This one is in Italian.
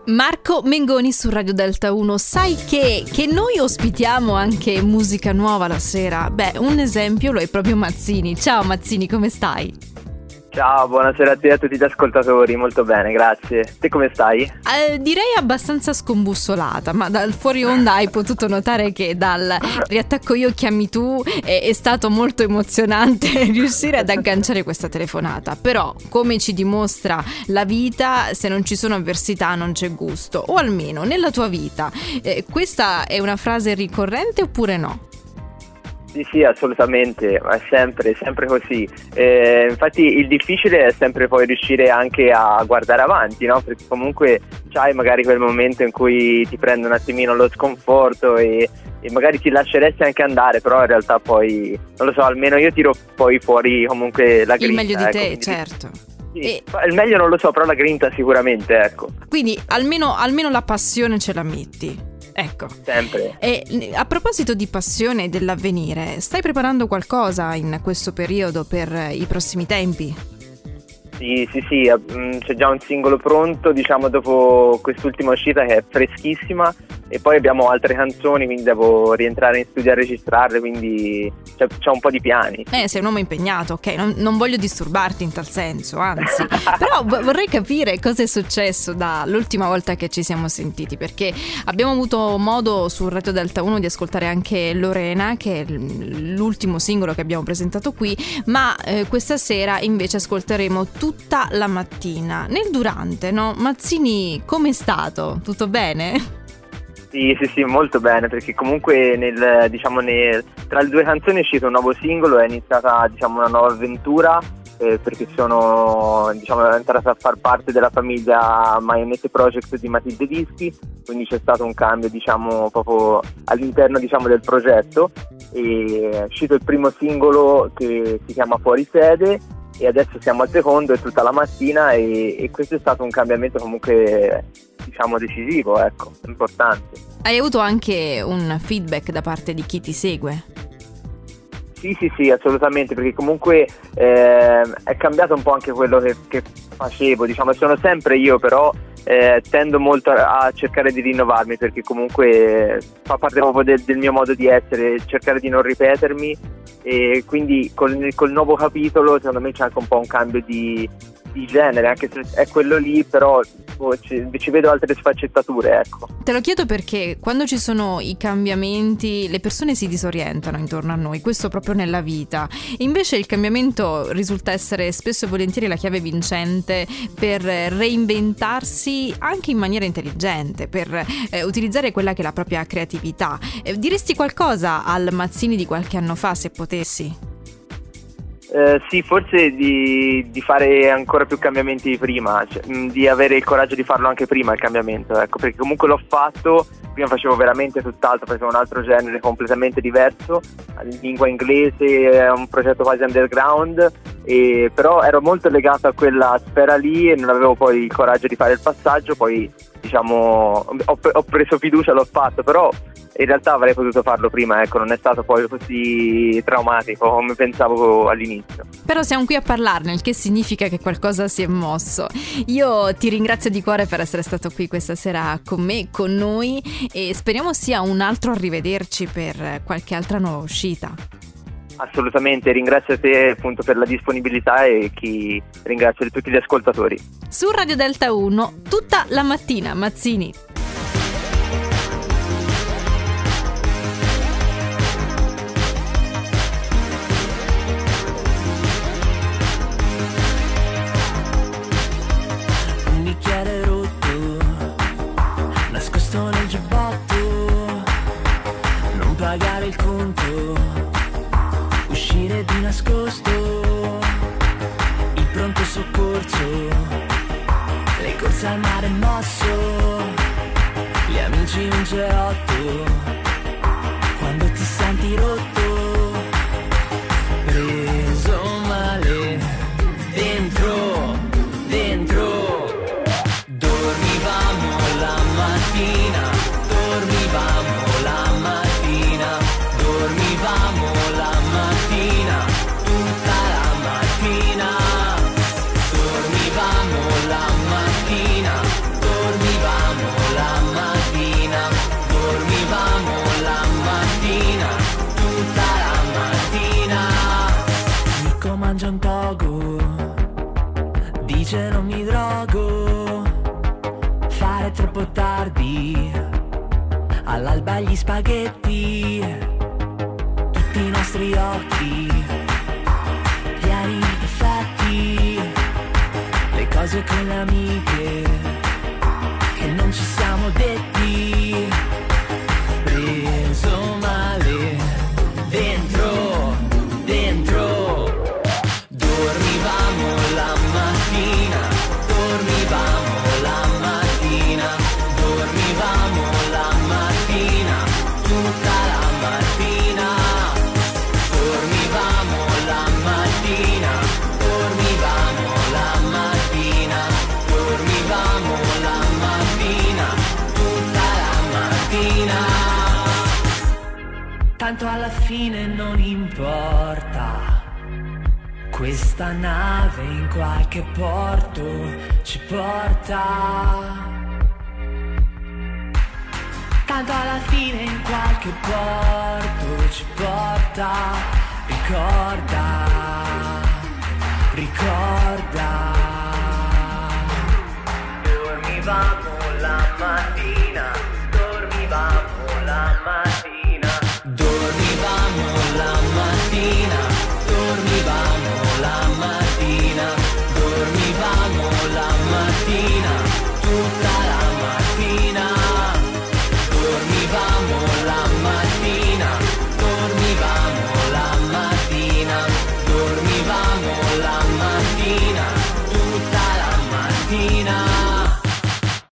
Marco Mengoni su Radio Delta 1. Sai che noi ospitiamo anche musica nuova la sera? Beh, un esempio lo è proprio Mazzini. Ciao Mazzini, come stai? Ciao, buonasera a te e a tutti gli ascoltatori, molto bene, grazie. Te come stai? Direi abbastanza scombussolata, ma dal fuori onda hai potuto notare che dal riattacco io chiami tu è stato molto emozionante riuscire ad agganciare questa telefonata. Però, come ci dimostra la vita, se non ci sono avversità non c'è gusto. O almeno nella tua vita, questa è una frase ricorrente oppure no? Sì, assolutamente, è sempre così. Infatti il difficile è sempre poi riuscire anche a guardare avanti, no? Perché comunque c'hai magari quel momento in cui ti prende un attimino lo sconforto e magari ti lasceresti anche andare, però in realtà poi, non lo so, almeno io tiro poi fuori comunque la grinta. Il meglio di te, quindi, certo. Sì, il meglio non lo so, però la grinta sicuramente, ecco. Quindi almeno la passione ce la metti. Ecco. Sempre. E a proposito di passione e dell'avvenire, stai preparando qualcosa in questo periodo per i prossimi tempi? Sì, c'è già un singolo pronto, diciamo, dopo quest'ultima uscita che è freschissima, e poi abbiamo altre canzoni, quindi devo rientrare in studio a registrarle, quindi c'è un po' di piani. Sei un uomo impegnato, ok, non voglio disturbarti in tal senso, anzi, però vorrei capire cosa è successo dall'ultima volta che ci siamo sentiti, perché abbiamo avuto modo su Radio Delta 1 di ascoltare anche Lorena, che è l'ultimo singolo che abbiamo presentato qui, ma questa sera invece ascolteremo Tutta la mattina. Nel durante, no? Mazzini, com'è stato? Tutto bene? Sì, molto bene, perché comunque tra le due canzoni è uscito un nuovo singolo, è iniziata, diciamo, una nuova avventura, perché sono, diciamo, entrata a far parte della famiglia Maionette Project di Matilde Dischi, quindi c'è stato un cambio, diciamo, proprio all'interno, diciamo, del progetto, e è uscito il primo singolo che si chiama Fuori Sede, e adesso siamo al secondo, è Tutta la mattina, e questo è stato un cambiamento comunque, diciamo, decisivo, ecco, importante. Hai avuto anche un feedback da parte di chi ti segue? Sì, assolutamente, perché comunque è cambiato un po' anche quello che facevo, diciamo, sono sempre io, però tendo molto a cercare di rinnovarmi, perché comunque fa parte proprio del mio modo di essere, cercare di non ripetermi, e quindi col nuovo capitolo secondo me c'è anche un po' un cambio di genere, anche se è quello lì, però ci vedo altre sfaccettature, ecco. Te lo chiedo perché quando ci sono i cambiamenti le persone si disorientano intorno a noi, questo proprio nella vita. Invece il cambiamento risulta essere spesso e volentieri la chiave vincente per reinventarsi anche in maniera intelligente, per utilizzare quella che è la propria creatività. Diresti qualcosa al Mazzini di qualche anno fa, se potessi? Sì, forse di fare ancora più cambiamenti di prima, cioè, di avere il coraggio di farlo anche prima il cambiamento, ecco, perché comunque l'ho fatto, prima facevo veramente tutt'altro, facevo un altro genere completamente diverso, in lingua inglese, un progetto quasi underground, però ero molto legato a quella sfera lì e non avevo poi il coraggio di fare il passaggio, poi diciamo ho preso fiducia, l'ho fatto, però in realtà avrei potuto farlo prima, ecco, non è stato poi così traumatico come pensavo all'inizio. Però siamo qui a parlarne, il che significa che qualcosa si è mosso. Io ti ringrazio di cuore per essere stato qui questa sera con me, con noi, e speriamo sia un altro arrivederci per qualche altra nuova uscita. Assolutamente, ringrazio te appunto per la disponibilità e ringrazio tutti gli ascoltatori. Su Radio Delta 1, Tutta la mattina, Mazzini. Pagare il conto, uscire di nascosto, il pronto soccorso, le corse al mare mosso, gli amici in un cerotto, quando ti senti rotto, preso male, dentro, dormivamo la mattina, dormivamo la mattina, tutta la mattina, dormivamo la mattina, dice non mi drogo, fare troppo tardi, all'alba gli spaghetti, tutti i nostri occhi pieni di difetti, le cose con le amiche che non ci siamo detti, preso male dentro, dentro, dormivamo la mattina, dormivamo la mattina, dormivamo la mattina, tutta la mattina, dormivamo la mattina, dormivamo la mattina, dormivamo la mattina, tutta la mattina. Tanto alla fine non importa, questa nave in qualche porto ci porta. Tanto alla fine in qualche porto ci porta. Ricorda, ricorda. Dormivamo la mattina, dormivamo la mattina, dormivamo la mattina, dormivamo la mattina, dormivamo la mattina, tutta la mattina, dormivamo la mattina, dormivamo la mattina, dormivamo la mattina, tutta la mattina.